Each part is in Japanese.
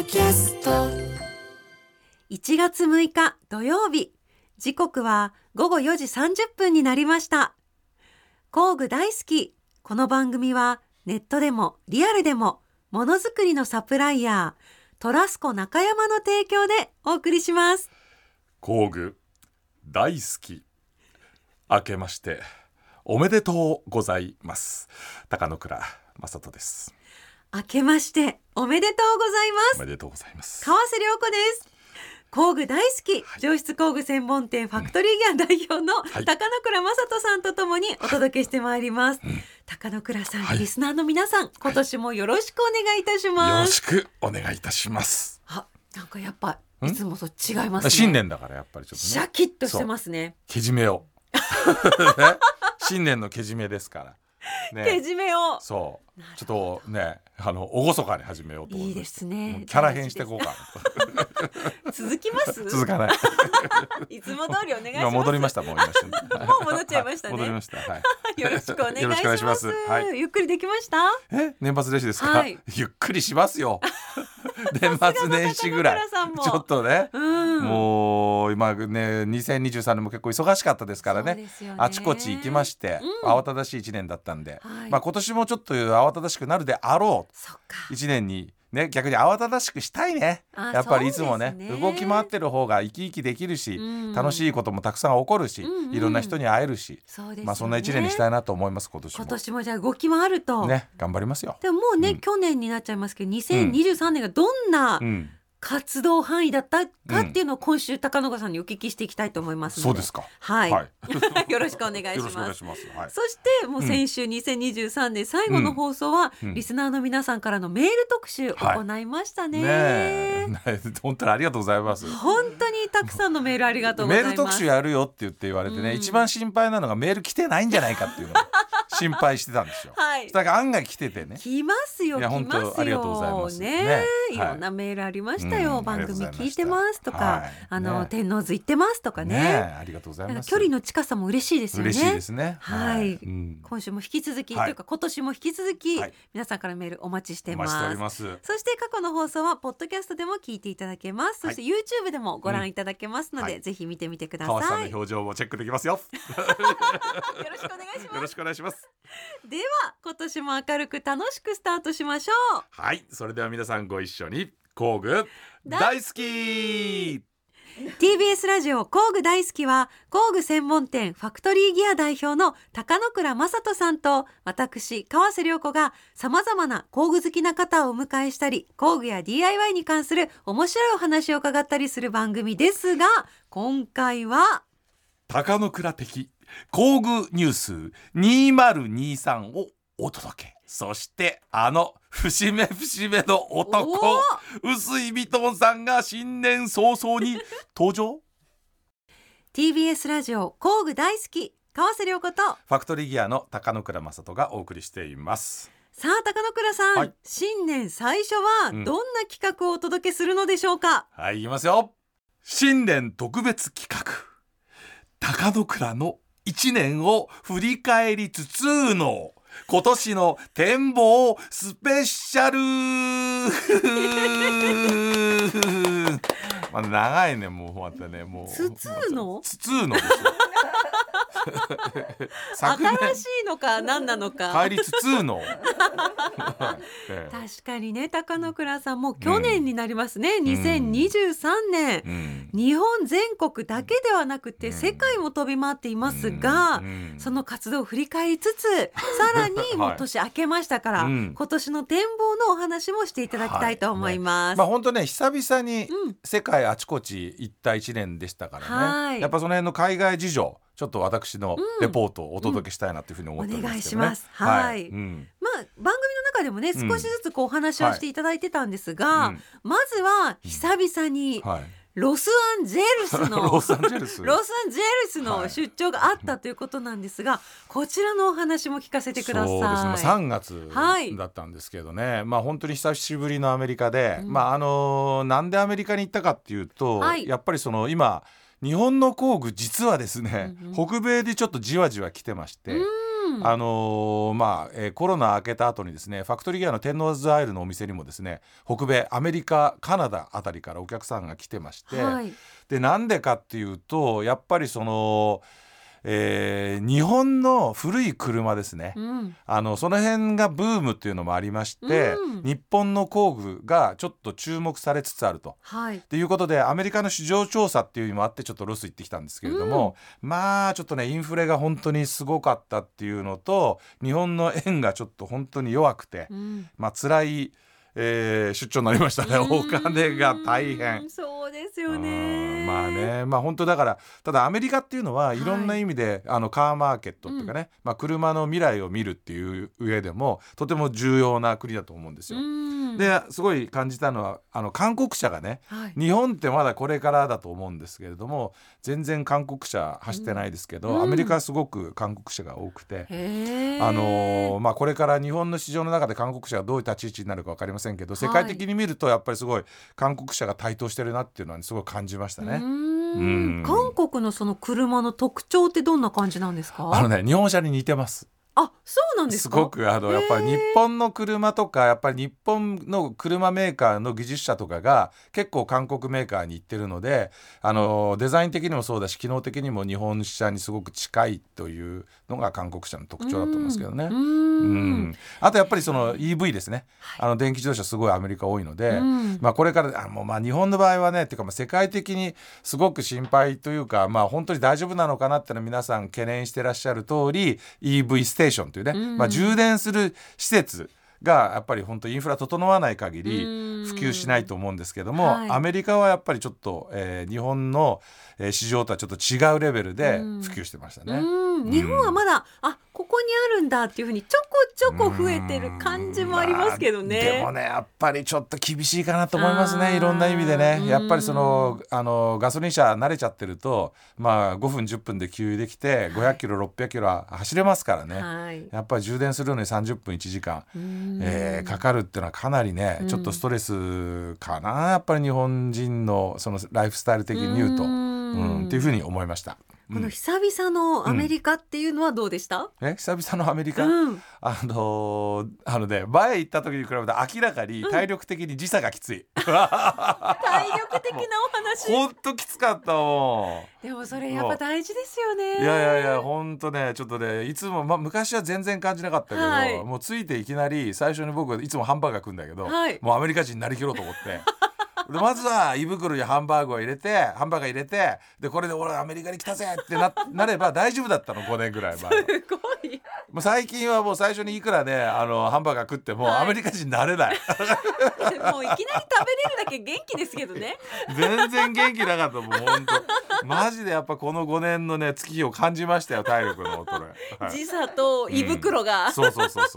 キャスト 1月6日土曜日、時刻は午後4時30分になりました。工具大好き。この番組はネットでもリアルでもものづくりのサプライヤートラスコ中山の提供でお送りします。 工具大好き。明けましておめでとうございます。高野倉正人です。 明けましておめでとうございます。 おめでとうございます。 川瀬良子です。工具大好き、上質工具専門店ファクトリーギア代表の高野倉正人さんとともにお届けしてまいります。高野倉さん、リスナーの皆さん、今年もよろしくお願いいたします。 よろしくお願いいたします。 なんかやっぱいつもと違いますね。 新年だからやっぱりちょっとね、 シャキッとしてますね。 けじめを新年のけじめですから、 けじめをそうちょっとね、厳かに始めようと思います。 いいですね。 キャラ変していこうか続きます？ 続かないいつも通りお願いします。 今戻りました。もう戻っちゃいましたね。 戻りました、 よろしくお願いします。ゆっくりできました？ 年末年始ですか？ゆっくりしますよ年末年始ぐらいちょっとね、もう今ね2023年も結構忙しかったですからね。あちこち行きまして、慌ただしい1年だったんで、今年もちょっと慌ただしくなるであろう1年にね、逆に慌ただしくしたいね。やっぱりいつもね、動き回ってる方が生き生きできるし、楽しいこともたくさん起こるし、いろんな人に会えるし、そんな1年にしたいなと思います。今年もじゃあ動き回るとね、頑張りますよ。 でももうね、去年になっちゃいますけど2023年がどんな活動範囲だったかっていうのを今週高野さんにお聞きしていきたいと思いますので。 そうですか。 よろしくお願いします。そしてもう先週2023年最後の放送はリスナーの皆さんからのメール特集行いましたね。 本当にありがとうございます。 本当にたくさんのメールありがとうございます。 メール特集やるよって言われてね、一番心配なのがメール来てないんじゃないかっていうの心配してたんですよ。だから案外来ててね。 来ますよ。 本当ありがとうございますね。いろんなメールありましたよ。番組聞いてますとか、天王洲行ってますとかね。 ありがとうございます。 距離の近さも嬉しいですよね。 嬉しいですね。 今週も引き続きというか今年も引き続き皆さんからメールお待ちしてます。そして過去の放送はポッドキャストでも聞いていただけます。そして YouTube でもご覧いただけますので、ぜひ見てみてください。 川さんの表情もチェックできますよ。よろしくお願いします。 よろしくお願いします。 では今年も明るく楽しくスタートしましょう。 はい、それでは皆さんご一緒に工具大好き。 TBS ラジオ工具大好きは工具専門店ファクトリーギア代表の高野倉正人さんと私川瀬良子がさまざまな工具好きな方をお迎えしたり、工具や DIY に関する面白いお話を伺ったりする番組ですが、今回は高野倉的工具ニュース2023をお届け。そして節目節目の男臼井ミトンさんが新年早々に登場。 TBS ラジオ工具大好き川瀬良子とファクトリーギアの高野倉正人がお送りしています。 さあ高野倉さん、新年最初はどんな企画をお届けするのでしょうか？ いきますよ。新年特別企画、高野倉の1年を振り返りつつの今年の展望スペシャル長いね。もうまたね、もうつつのですよ新しいのか何なのか帰りつつの確かにね、高野倉さんも去年になりますね、2023年、日本全国だけではなくて世界も飛び回っていますが、その活動を振り返りつつさらにもう年明けましたから、今年の展望のお話もしていただきたいと思います。 本当ね、久々に世界あちこち行った1年でしたからね、やっぱその辺の海外事情ちょっと私のレポートをお届けしたいなというふうに思っておりますけどね。 お願いします。番組の中でもね少しずつお話をしていただいてたんですが、まずは久々にロサンゼルスの出張があったということなんですが、こちらのお話も聞かせてください。 そうですね、3月だったんですけどね、本当に久しぶりのアメリカで、なんでアメリカに行ったかっていうと、やっぱり今日本の工具実はですね、北米でちょっとじわじわ来てまして、 コロナ明けた後にですね、ファクトリーギアの天王洲アイルのお店にもですね、北米アメリカカナダあたりからお客さんが来てまして、でなんでかっていうと、やっぱりその日本の古い車ですね、その辺がブームっていうのもありまして、日本の工具がちょっと注目されつつあると、っていうことで、アメリカの市場調査っていうのもあってちょっとロス行ってきたんですけれども、まあちょっとねインフレが本当にすごかったっていうのと、日本の円がちょっと本当に弱くて、辛い出張になりましたね。お金が大変。 そうですよね。 本当だから、ただアメリカっていうのはいろんな意味で、カーマーケットっていうかね、車の未来を見るっていう上でもとても重要な国だと思うんですよ。ですごい感じたのは韓国車がね、日本ってまだこれからだと思うんですけれども、全然韓国車走ってないですけど、アメリカはすごく韓国車が多くて、これから日本の市場の中で韓国車がどういう立ち位置になるか分かりませんけど、世界的に見るとやっぱりすごい韓国車が台頭してるなっていうのは、すごい感じましたね。 韓国のその車の特徴ってどんな感じなんですか？ 日本車に似てます。 あ、そうなんですか？ すごくやっぱり日本の車とか、やっぱり日本の車メーカーの技術者とかが結構韓国メーカーに行ってるので、デザイン的にもそうだし、機能的にも日本車にすごく近いというのが韓国車の特徴だと思うんですけどね。あとやっぱりその EV ですね、電気自動車すごいアメリカ多いので、これから日本の場合はね、っていうか世界的にすごく心配というか、本当に大丈夫なのかなっていうのは皆さん懸念してらっしゃる通り、 EV ステーションというね、充電する施設がやっぱり本当インフラ整わない限り普及しないと思うんですけども、アメリカはやっぱりちょっと、日本の市場とはちょっと違うレベルで普及してましたね。 日本はまだここにあるんだっていうふうにちょこちょこ増えてる感じもありますけどね。 でもね、やっぱりちょっと厳しいかなと思いますね、いろんな意味でね。やっぱりそのガソリン車慣れちゃってると、5分10分で給油できて500キロ600キロ走れますからね、やっぱり充電するのに30分1時間かかるっていうのはかなりね、ちょっとストレスかな、やっぱり日本人のそのライフスタイル的に言うと、っていうふうに思いました。 この久々のアメリカっていうのはどうでした？ 久々のアメリカ、前行った時に比べて明らかに体力的に時差がきつい、 体力的なお話ほんときつかったもん。でもそれやっぱ大事ですよね。 いやほんとね、ちょっとね、いつも、昔は全然感じなかったけど、もうついていきなり最初に僕いつもハンバーガー食うんだけど、もうアメリカ人になりきろうと思ってでまずは胃袋にハンバーガー入れて、でこれで俺はアメリカに来たぜって なれば大丈夫だったの、5年ぐらい前。 すごい。 もう最近はもう最初にいくらねハンバーガー食ってもアメリカ人になれない、 もういきなり食べれるだけ元気ですけどね。 全然元気なかったもん、本当マジでやっぱこの5年のね月日を感じましたよ、体力の衰え、 時差と胃袋が、 そう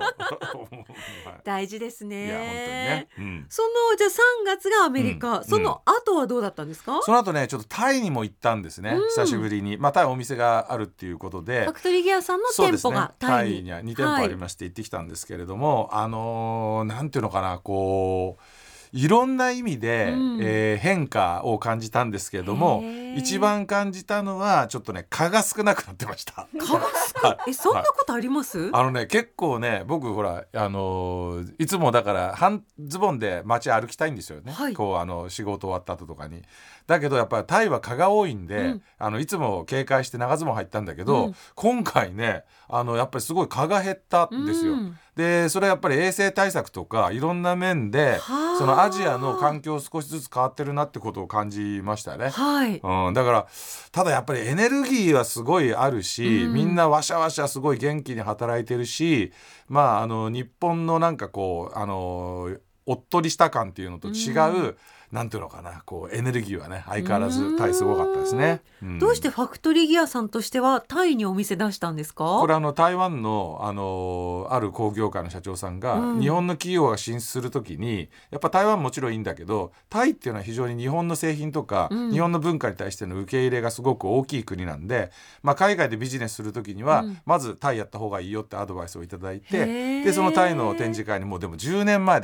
大事ですね。 いや本当にね、 そのじゃあ3月がアメリカ、その後はどうだったんですか？ その後ね、ちょっとタイにも行ったんですね、久しぶりに。タイお店があるっていうことで、 ファクトリーギアさんの店舗がタイには2店舗ありまして行ってきたんですけれども、なんていうのかな、こういろんな意味で、変化を感じたんですけれども、一番感じたのはちょっとね、蚊が少なくなってました。 蚊がそんなことあります？ 結構ね、僕ほらいつもだから半ズボンで街歩きたいんですよね、こう仕事終わった後とかに。だけどやっぱりタイは蚊が多いんで、いつも警戒して長ズボン入ったんだけど、今回ねやっぱりすごい蚊が減ったんですよ。でそれはやっぱり衛生対策とかいろんな面でそのアジアの環境少しずつ変わってるなってことを感じましたね。だからただやっぱりエネルギーはすごいあるし、みんなわしゃわしゃすごい元気に働いてるし、日本のなんかこうおっとりした感っていうのと違う、なんていうのかな、こうエネルギーはね相変わらずタイすごかったですね。 どうしてファクトリーギアさんとしてはタイにお店出したんですか？ これ台湾の、ある工業会の社長さんが、日本の企業が進出するときにやっぱ台湾もちろんいいんだけど、タイっていうのは非常に日本の製品とか、日本の文化に対しての受け入れがすごく大きい国なんで、海外でビジネスするときには、まずタイやった方がいいよってアドバイスをいただいて、でそのタイの展示会にもうでも10年前ですけどね、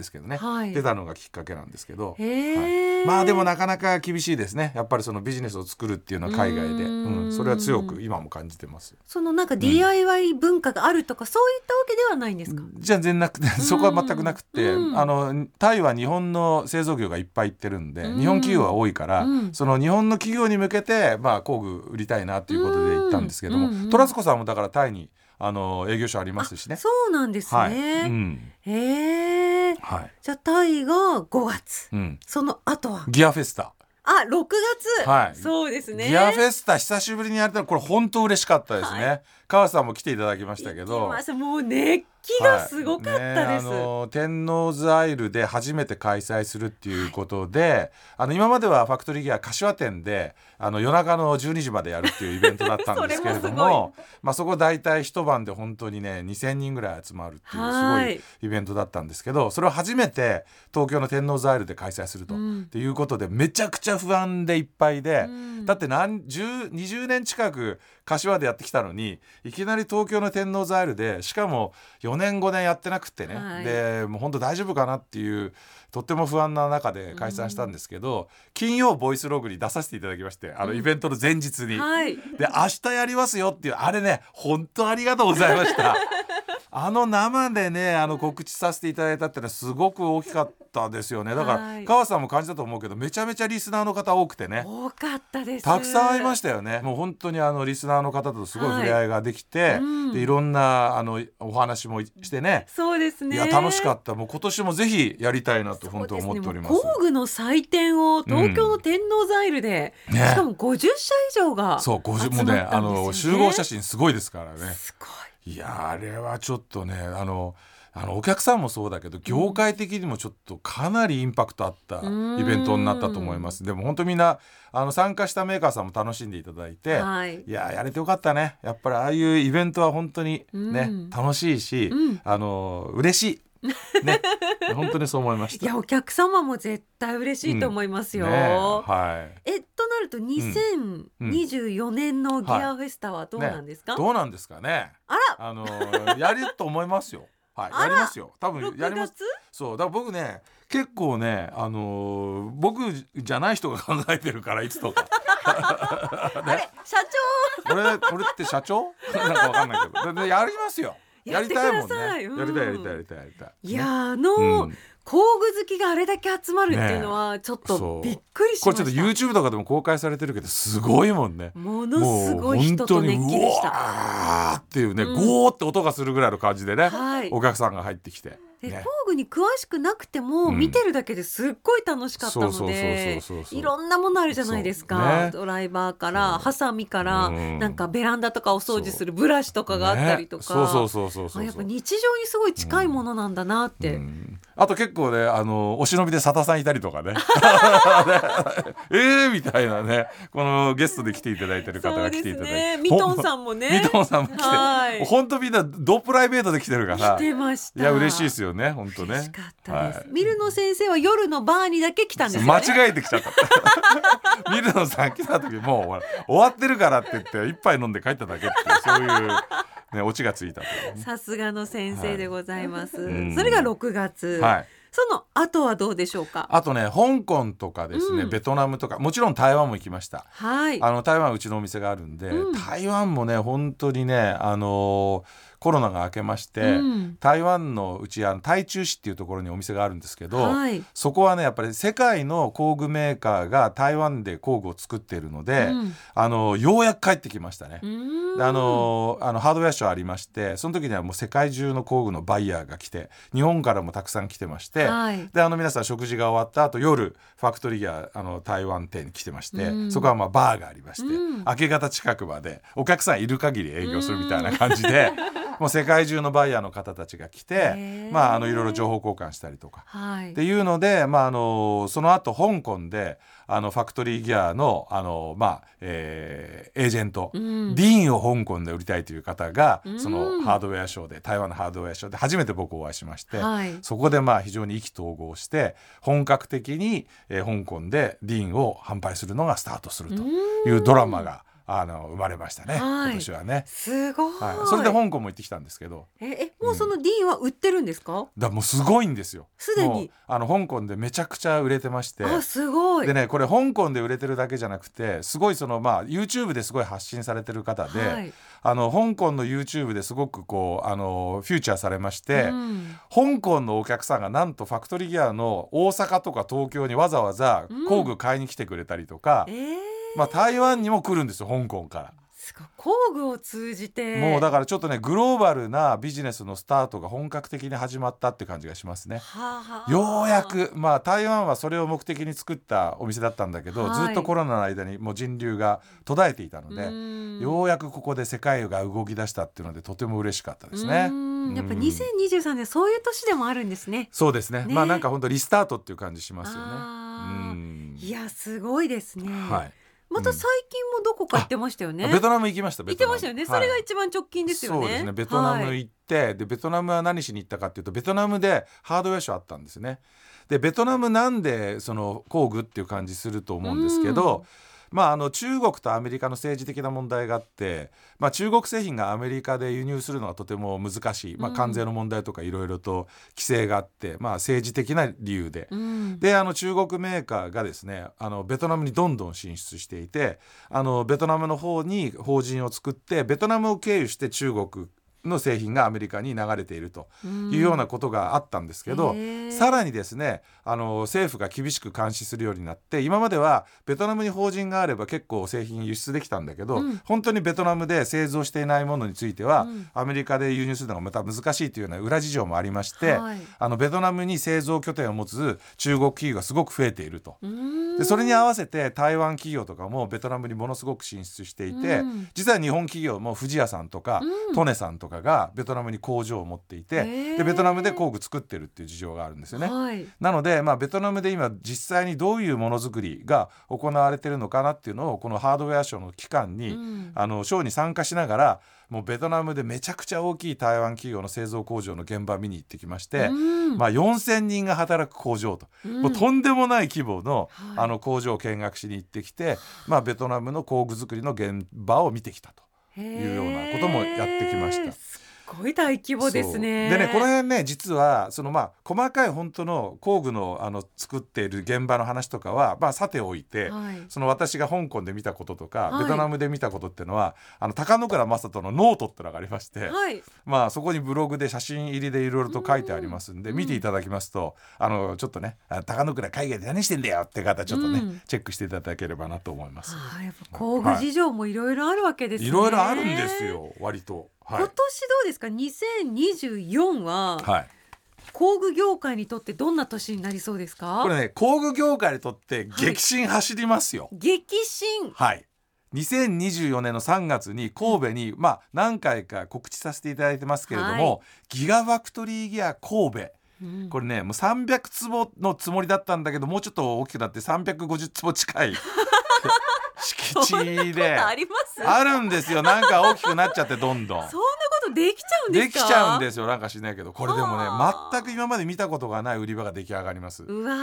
出たのがきっかけなんですけど、まあでもなかなか厳しいですね。やっぱりそのビジネスを作るっていうのは海外で、それは強く今も感じてます。 そのなんか DIY 文化があるとか、そういったわけではないんですか？ じゃあ全然なくてそこは全くなくて、タイは日本の製造業がいっぱい行ってるんで、日本企業が多いから、その日本の企業に向けて、まあ、工具売りたいなということで行ったんですけども、トラスコさんもだからタイに営業所ありますしね。 そうなんですね、じゃあタイが5月、その後はギアフェスタ、 6月、そうですね。 ギアフェスタ久しぶりにやれたらこれ本当嬉しかったですね。川瀬さんも来ていただきましたけど、 もう熱気がすごかったです。 天王洲アイルで初めて開催するっていうことで、今まではファクトリーギア柏店で夜中の12時までやるっていうイベントだったんですけれどもそこ大体一晩で本当にね2000人ぐらい集まるっていうすごいイベントだったんですけど、それを初めて東京の天王洲アイルで開催すると、っていうことでめちゃくちゃ不安でいっぱいで、だって20年近く柏でやってきたのに、いきなり東京の天王洲アイルで、しかも4年5年やってなくってね、でもう本当大丈夫かなっていうとっても不安な中で開催したんですけど、金曜ボイスログに出させていただきまして、イベントの前日に、で明日やりますよっていう、あれね本当ありがとうございました生でね告知させていただいたってのはすごく大きかったですよね。だから川瀬さんも感じたと思うけど、めちゃめちゃリスナーの方多くてね、 多かったです。 たくさん会いましたよね。もう本当にリスナーの方とすごい触れ合いができて、でいろんなお話もしてね。 そうですね。 いや楽しかった。もう今年もぜひやりたいなと本当思っております。 工具の祭典を東京の天王洲アイルで、しかも50社以上が集まったんですよね。 そう50もね集合写真すごいですからね。 すごい。 いやあれはちょっとねお客さんもそうだけど業界的にもちょっとかなりインパクトあったイベントになったと思います。でも本当みんな参加したメーカーさんも楽しんでいただいて、いややれてよかったね。やっぱりああいうイベントは本当にね、楽しいし、嬉しいね本当にそう思いました。 いやお客様も絶対嬉しいと思いますよ、となると2024年のギアフェスタはどうなんですか？ どうなんですかね。やると思いますよ。やりますよ。多分やります。そうだから僕ね結構ね僕じゃない人が考えてるから、いつとかあれ社長俺って社長なんかわかんないけどやりますよ。やりたいもんね。やりたい。 いや工具好きがあれだけ集まるっていうのはちょっとびっくりしました。 これちょっと YouTube とかでも公開されてるけどすごいもんね。 ものすごい人と熱気でした。 あーっていうね、ゴーって音がするぐらいの感じでね、お客さんが入ってきて。 工具に詳しくなくても見てるだけですっごい楽しかったので、いろんなものあるじゃないですか、ドライバーからハサミからなんかベランダとかお掃除するブラシとかがあったりとか、やっぱ日常にすごい近いものなんだなって、 あと結構ねお忍びで佐田さんいたりとかねみたいなね、このゲストで来ていただいてる方が来ていただいて、 ミトンさんもね、 ミトンさんも来て、本当みんなドプライベートで来てるから来てました。 いや嬉しいですよね本当ね。 嬉しかったです、ミルノ先生は夜のバーにだけ来たんですよね。 間違えてきちゃったミルノさん来た時もう終わってるからって言って一杯飲んで帰っただけっていう、そういうオチがついたという、 さすがの先生でございます、それが6月、その後はどうでしょうか。 あとね香港とかですね、ベトナムとかもちろん台湾も行きました。台湾はうちのお店があるんで、台湾もね本当にねコロナが明けまして、台湾のうち台中市っていうところにお店があるんですけど、そこはねやっぱり世界の工具メーカーが台湾で工具を作っているので、ようやく帰ってきましたね。でハードウェアショーありまして、その時にはもう世界中の工具のバイヤーが来て、日本からもたくさん来てまして、で皆さん食事が終わった後夜ファクトリーギア台湾店に来てまして、そこはバーがありまして、明け方近くまでお客さんいる限り営業するみたいな感じでもう世界中のバイヤーの方たちが来て、いろいろ情報交換したりとか、っていうので、その後香港でファクトリーギアのエージェント、ディーンを香港で売りたいという方が、そのハードウェアショーで、台湾のハードウェアショーで初めて僕お会いしまして、そこで非常に意気投合して本格的に、香港でディーンを販売するのがスタートするというドラマが生まれましたね、今年はね。 すごい、 それで香港も行ってきたんですけど、 もうそのディーンは売ってるんですか？ もうすごいんですよ。 すでに香港でめちゃくちゃ売れてまして、 すごい。 でね、これ香港で売れてるだけじゃなくて、すごいYouTube ですごい発信されてる方で、香港の YouTube ですごくフューチャーされまして、香港のお客さんがなんとファクトリーギアの大阪とか東京にわざわざ工具買いに来てくれたりとか、台湾にも来るんですよ、香港から。 工具を通じてもうだからちょっとね、グローバルなビジネスのスタートが本格的に始まったって感じがしますね。ようやく台湾はそれを目的に作ったお店だったんだけど、ずっとコロナの間にもう人流が途絶えていたので、ようやくここで世界が動き出したっていうのでとても嬉しかったですね。 やっぱ2023年そういう年でもあるんですね。 そうですね。なんか本当リスタートっていう感じしますよね。 いやすごいですね。 はい。 また最近もどこか行ってましたよね。 ベトナム行きました。 行ってましたよね。それが一番直近ですよね。 そうですね。ベトナム行って、でベトナムは何しに行ったかっていうと、ベトナムでハードウェアショーあったんですね。でベトナムなんでその工具っていう感じすると思うんですけど、中国とアメリカの政治的な問題があって、中国製品がアメリカで輸入するのはとても難しい、関税の問題とかいろいろと規制があって、政治的な理由で、で中国メーカーがですね、ベトナムにどんどん進出していて、ベトナムの方に法人を作って、ベトナムを経由して中国の製品がアメリカに流れているというようなことがあったんですけど、さらにですね、政府が厳しく監視するようになって、今まではベトナムに法人があれば結構製品輸出できたんだけど、本当にベトナムで製造していないものについては、アメリカで輸入するのがまた難しいというような裏事情もありまして、ベトナムに製造拠点を持つ中国企業がすごく増えていると。でそれに合わせて台湾企業とかもベトナムにものすごく進出していて、実は日本企業も富士屋さんとか、トネさんとかがベトナムに工場を持っていて、でベトナムで工具作ってるっていう事情があるんですよね。なので、ベトナムで今実際にどういうものづくりが行われてるのかなっていうのを、このハードウェアショーの期間に、ショーに参加しながら、もうベトナムでめちゃくちゃ大きい台湾企業の製造工場の現場見に行ってきまして、4000人が働く工場と、もうとんでもない規模の、工場を見学しに行ってきて、ベトナムの工具作りの現場を見てきたというようなこともやってきました。 すごい大規模ですね。 でね、この辺ね、実は細かい本当の工具の作っている現場の話とかはさておいて、私が香港で見たこととか、ベトナムで見たことっていうのは、高野倉正人のノートってのがありまして、そこにブログで写真入りでいろいろと書いてありますんで、見ていただきますと、ちょっとね、高野倉海外で何してんだよって方、ちょっとね、チェックしていただければなと思います。 やっぱ工具事情もいろいろあるわけですね。 いろいろあるんですよ、割と。 今年どうですか、2024は、工具業界にとってどんな年になりそうですか？ これね、工具業界にとって激震走りますよ。 激震。 2024年の3月に神戸に、何回か告知させていただいてますけれども、ギガファクトリーギア神戸、これね、もう300坪のつもりだったんだけど、もうちょっと大きくなって350坪近い敷地であるんですよ。なんか大きくなっちゃって、どんどんそんなことできちゃうんですか？ できちゃうんですよ。なんかしないけど、これでもね、全く今まで見たことがない売り場が出来上がります。 うわ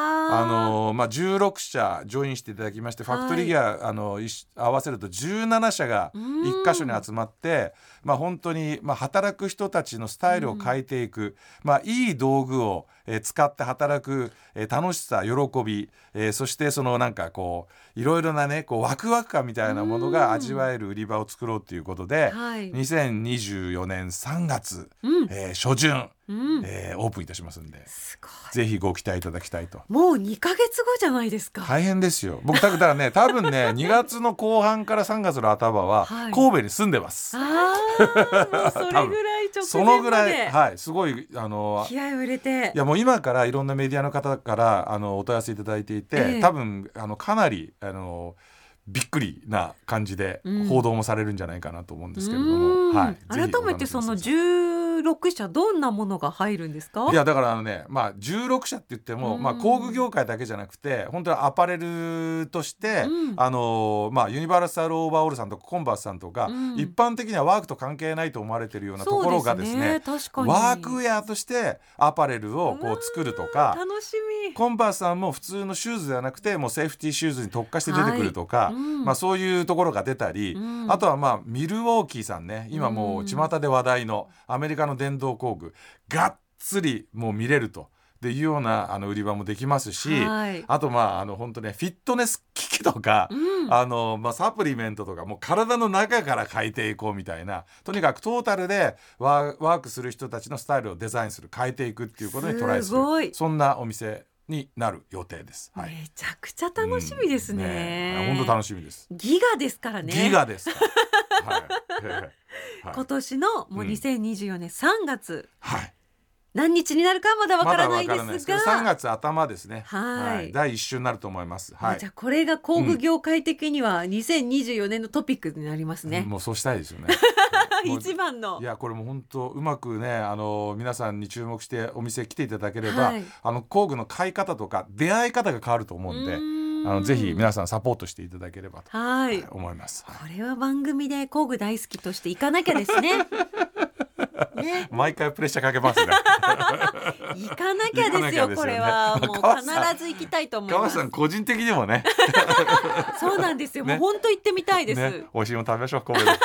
16社ジョインしていただきまして、ファクトリーギア合わせると17社が1箇所に集まって、本当に働く人たちのスタイルを変えていく、いい道具を使って働く楽しさ、喜び、そしてなんかいろいろなね、ワクワク感みたいなものが味わえる売り場を作ろうということで、2024年3月、初旬、オープンいたしますんで、ぜひご期待いただきたいと。 もう2ヶ月後じゃないですか。 大変ですよ。僕だからね、多分ね2月の後半から3月の頭は神戸に住んでます。 もうそれぐらい直前までそのぐらい、すごい気合を入れて、 いやもう今からいろんなメディアの方からお問い合わせいただいていて、多分かなりびっくりな感じで報道もされるんじゃないかなと思うんですけれども、 改めてその17 16社どんなものが入るんですか？ いやだから16社って言っても、工具業界だけじゃなくて本当にアパレルとして、ユニバーサルオーバーオールさんとかコンバースさんとか、一般的にはワークと関係ないと思われてるようなところがですね、 確かにワークウェアとしてアパレルをこう作るとか、 楽しみ。 コンバースさんも普通のシューズではなくてもうセーフティーシューズに特化して出てくるとか、そういうところが出たり、あとはミルウォーキーさんね、今もう巷で話題のアメリカの電動工具がっつりもう見れるというような売り場もできますし、あと本当ねフィットネス機器とか、サプリメントとかもう体の中から変えていこうみたいな、とにかくトータルでワークする人たちのスタイルをデザインする、変えていくっていうことにトライする、そんなお店になる予定です、 めちゃくちゃ楽しみですね。 本当楽しみです。 ギガですからね。 ギガですから今年のもう2024年3月、何日になるかまだわからないですが、 3月頭ですね。第1週になると思います。 じゃあこれが工具業界的には2024年のトピックになりますね。 もうそうしたいですよね。 一番の。 いやこれも本当うまくね皆さんに注目してお店来ていただければ、工具の買い方とか出会い方が変わると思うんで、ぜひ皆さんサポートしていただければと思います。 これは番組で工具大好きとしていかなきゃですね。 毎回プレッシャーかけますね。 行かなきゃですよ。これはもう必ず行きたいと思います。 川さん個人的にもね。 そうなんですよ。もう本当行ってみたいです。 美味しいもの食べましょう。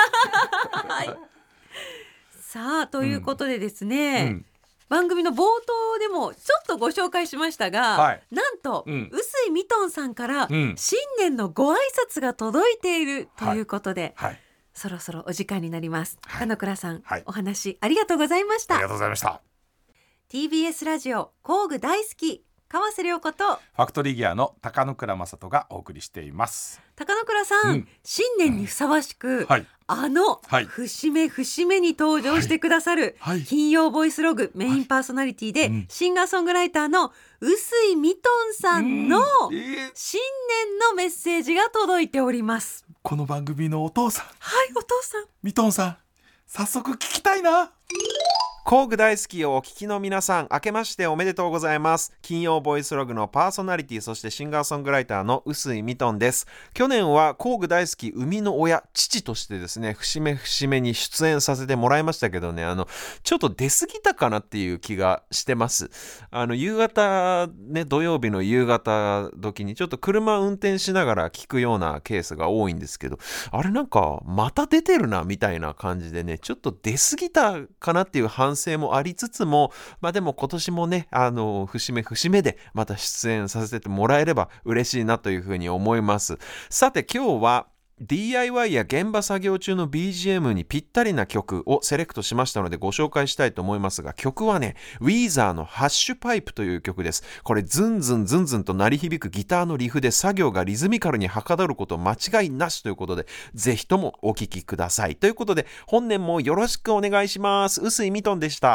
さあということでですね、番組の冒頭でもちょっとご紹介しましたが、なんと臼井ミトンさんから新年のご挨拶が届いているということで、そろそろお時間になります。金倉さん、お話ありがとうございました。 ありがとうございました。 TBS ラジオ工具大好き川瀬良子とファクトリーギアの高野倉正人がお送りしています。 高野倉さん、新年にふさわしく、節目節目に登場してくださる、金曜ボイスログメインパーソナリティで、シンガーソングライターの臼井ミトンさんの新年のメッセージが届いております。 この番組のお父さん、 お父さんミトンさん、早速聞きたいな。 工具大好きをお聞きの皆さん、明けましておめでとうございます。金曜ボイスログのパーソナリティ、そしてシンガーソングライターの臼井ミトンです。去年は工具大好き生みの親、父としてですね、節目節目に出演させてもらいましたけどね、ちょっと出過ぎたかなっていう気がしてます。夕方ね、土曜日の夕方時にちょっと車運転しながら聞くようなケースが多いんですけど、あれなんかまた出てるなみたいな感じでね、ちょっと出過ぎたかなっていう反省もありつつも、でも今年もね、節目節目でまた出演させてもらえれば嬉しいなというふうに思います。さて今日はDIY や現場作業中の BGM にぴったりな曲をセレクトしましたのでご紹介したいと思いますが、曲はね、ウィーザーのハッシュパイプという曲です。これズンズンズンズンと鳴り響くギターのリフで作業がリズミカルにはかどること間違いなしということで、ぜひともお聴きください。ということで本年もよろしくお願いします。臼井ミトンでした。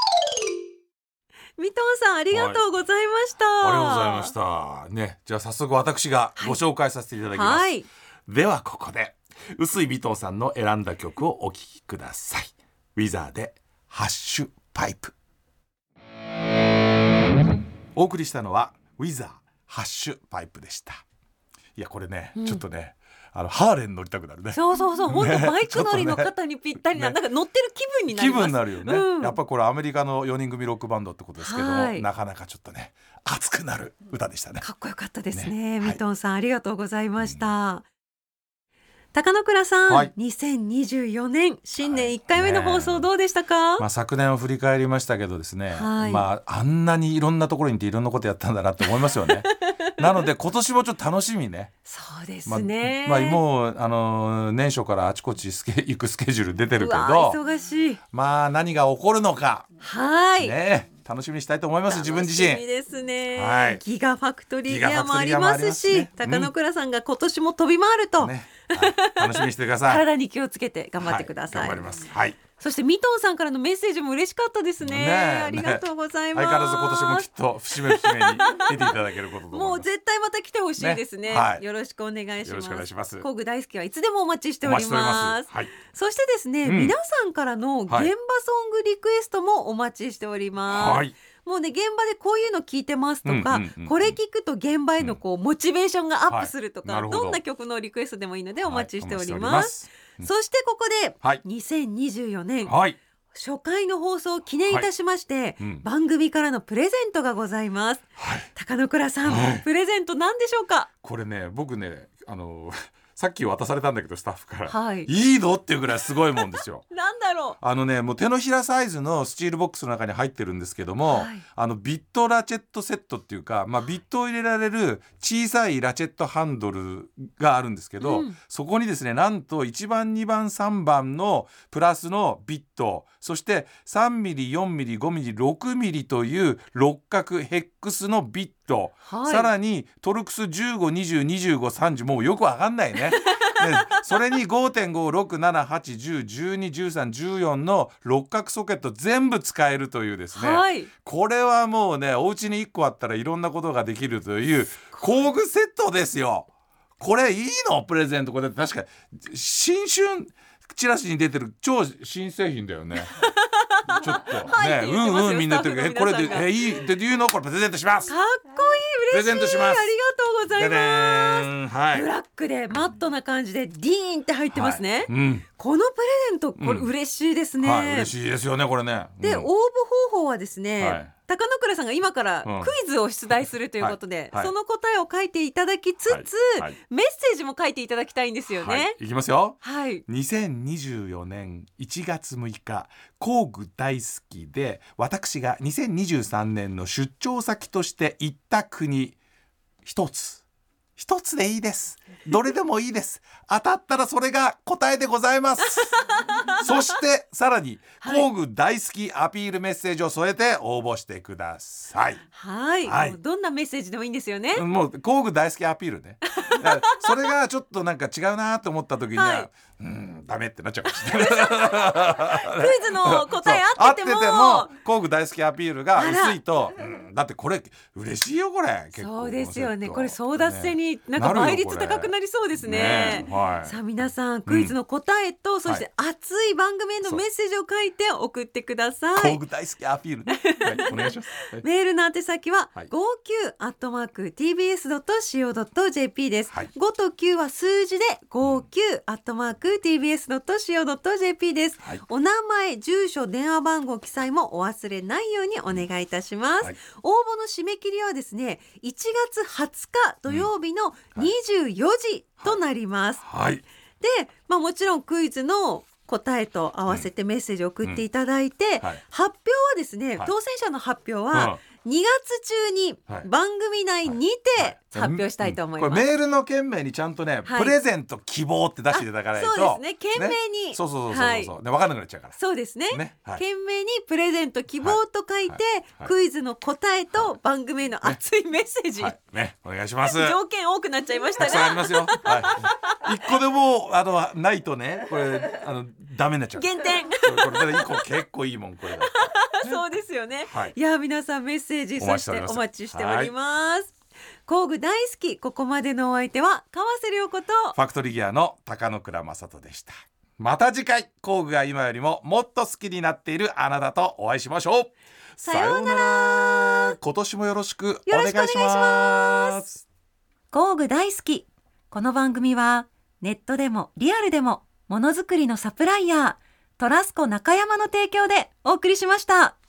ミトンさんありがとうございました。 ありがとうございましたね。じゃあ早速私がご紹介させていただきます。ではここで臼井ミトンさんの選んだ曲をお聴きください。ウィザーでハッシュパイプ。お送りしたのはウィザーハッシュパイプでした。いやこれね、ちょっとね、ハーレーに乗りたくなるね。 そう本当バイク乗りの方にぴったりな、なんか乗ってる気分になります。 気分になるよね、やっぱこれアメリカの4人組ロックバンドってことですけども、なかなかちょっとね熱くなる歌でしたね。 かっこよかったですね。ミトンさんありがとうございました。高野倉さん、2024年新年1回目の放送どうでしたか？ 昨年を振り返りましたけどですね、あんなにいろんなところに行っていろんなことやったんだなって思いますよね。なので今年もちょっと楽しみね。 そうですね。 もう年初からあちこち行くスケジュール出てるけど、 忙しい。 何が起こるのか、 ね、 楽しみにしたいと思います。自分自身楽しみですね。ギガファクトリーギアもありますし、高野倉さんが今年も飛び回ると、 楽しみにしてください。 体に気をつけて頑張ってください。 頑張ります。 そしてミトンさんからのメッセージも嬉しかったですね。ありがとうございます。 相変わらず今年もきっと節目節目に出ていただけることと思います。 もう絶対また来てほしいですね。よろしくお願いします。 よろしくお願いします。 工具大好きはいつでもお待ちしております。そしてですね、皆さんからの現場ソングリクエストもお待ちしております。もうね、現場でこういうの聞いてますとか、これ聞くと現場へのこうモチベーションがアップするとか、どんな曲のリクエストでもいいのでお待ちしております。そしてここで2024年初回の放送を記念いたしまして、番組からのプレゼントがございます。高野倉さん、プレゼント何でしょうか？ これね、僕ね、さっき渡されたんだけどスタッフから、いいのっていうぐらいすごいもんですよ。 なんだろう。 もう手のひらサイズのスチールボックスの中に入ってるんですけども、ビットラチェットセットっていうか、ビットを入れられる小さいラチェットハンドルがあるんですけど、そこにですね、なんと1番2番3番のプラスのビット、そして3ミリ4ミリ5ミリ6ミリという六角ヘックスのビット、さらにトルクス15202530、もうよくわかんないね。それに 5.5678101121314 の六角ソケット全部使えるというですね、これはもうね、お家に1個あったらいろんなことができるという工具セットですよ。これいいの？プレゼント。これ確か新春チラシに出てる超新製品だよね。ちょっとね、みんな言ってるけど、これでいいって言うの？これプレゼントします。 かっこいい、嬉しい。プレゼントします。ありがとうございます。ブラックでマットな感じでディーンって入ってますね。このプレゼント、これ嬉しいですね。 嬉しいですよね、これね。 で、応募方法はですね、高野倉さんが今からクイズを出題するということで、その答えを書いていただきつつ、メッセージも書いていただきたいんですよね。 いきますよ。2024年1月6日、工具大好きで私が2023年の出張先として行った国、一つでいいです。どれでもいいです。当たったらそれが答えでございます。そしてさらに工具大好きアピールメッセージを添えて応募してください。 どんなメッセージでもいいんですよね。 もう工具大好きアピールね。それがちょっとなんか違うなと思った時には、ダメってなっちゃうかもしれない。 クイズの答え合ってても工具大好きアピールが薄いと、だってこれ嬉しいよ、これ。 そうですよね。これ争奪戦になんか倍率高くなりそうですね。さあ皆さん、クイズの答えと、そして熱い番組へのメッセージを書いて送ってください。 工具大好きアピールね。お願いします。 メールの宛先は59@tbs.co.jp です。5と9は数字で59@tbs.co.jp です。お名前、住所、電話番号記載もお忘れないようにお願いいたします。応募の締め切りはですね、1月20日土曜日の24時となります。で、もちろんクイズの答えと合わせてメッセージを送っていただいて、発表はですね、当選者の発表は2月中に番組内にて発表したいと思います。 これメールの件名にちゃんとね、プレゼント希望って出していただかないと。 そうですね、件名に、 そう分かんなくなっちゃうから。 そうですね、件名にプレゼント希望と書いて、クイズの答えと番組への熱いメッセージ、 お願いします。 条件多くなっちゃいましたが、 たくさんありますよ。一個でもないとね、これダメになっちゃう。 減点。 これ1個結構いいもん、これ。 そうですよね。いや、皆さんメッセージ、そしてお待ちしております。工具大好き、ここまでのお相手は川瀬良子とファクトリーギアの高野倉正人でした。また次回、工具が今よりももっと好きになっているあなたとお会いしましょう。 さようなら。 今年もよろしくお願いします。 工具大好き、この番組はネットでもリアルでもものづくりのサプライヤートラスコ中山の提供でお送りしました。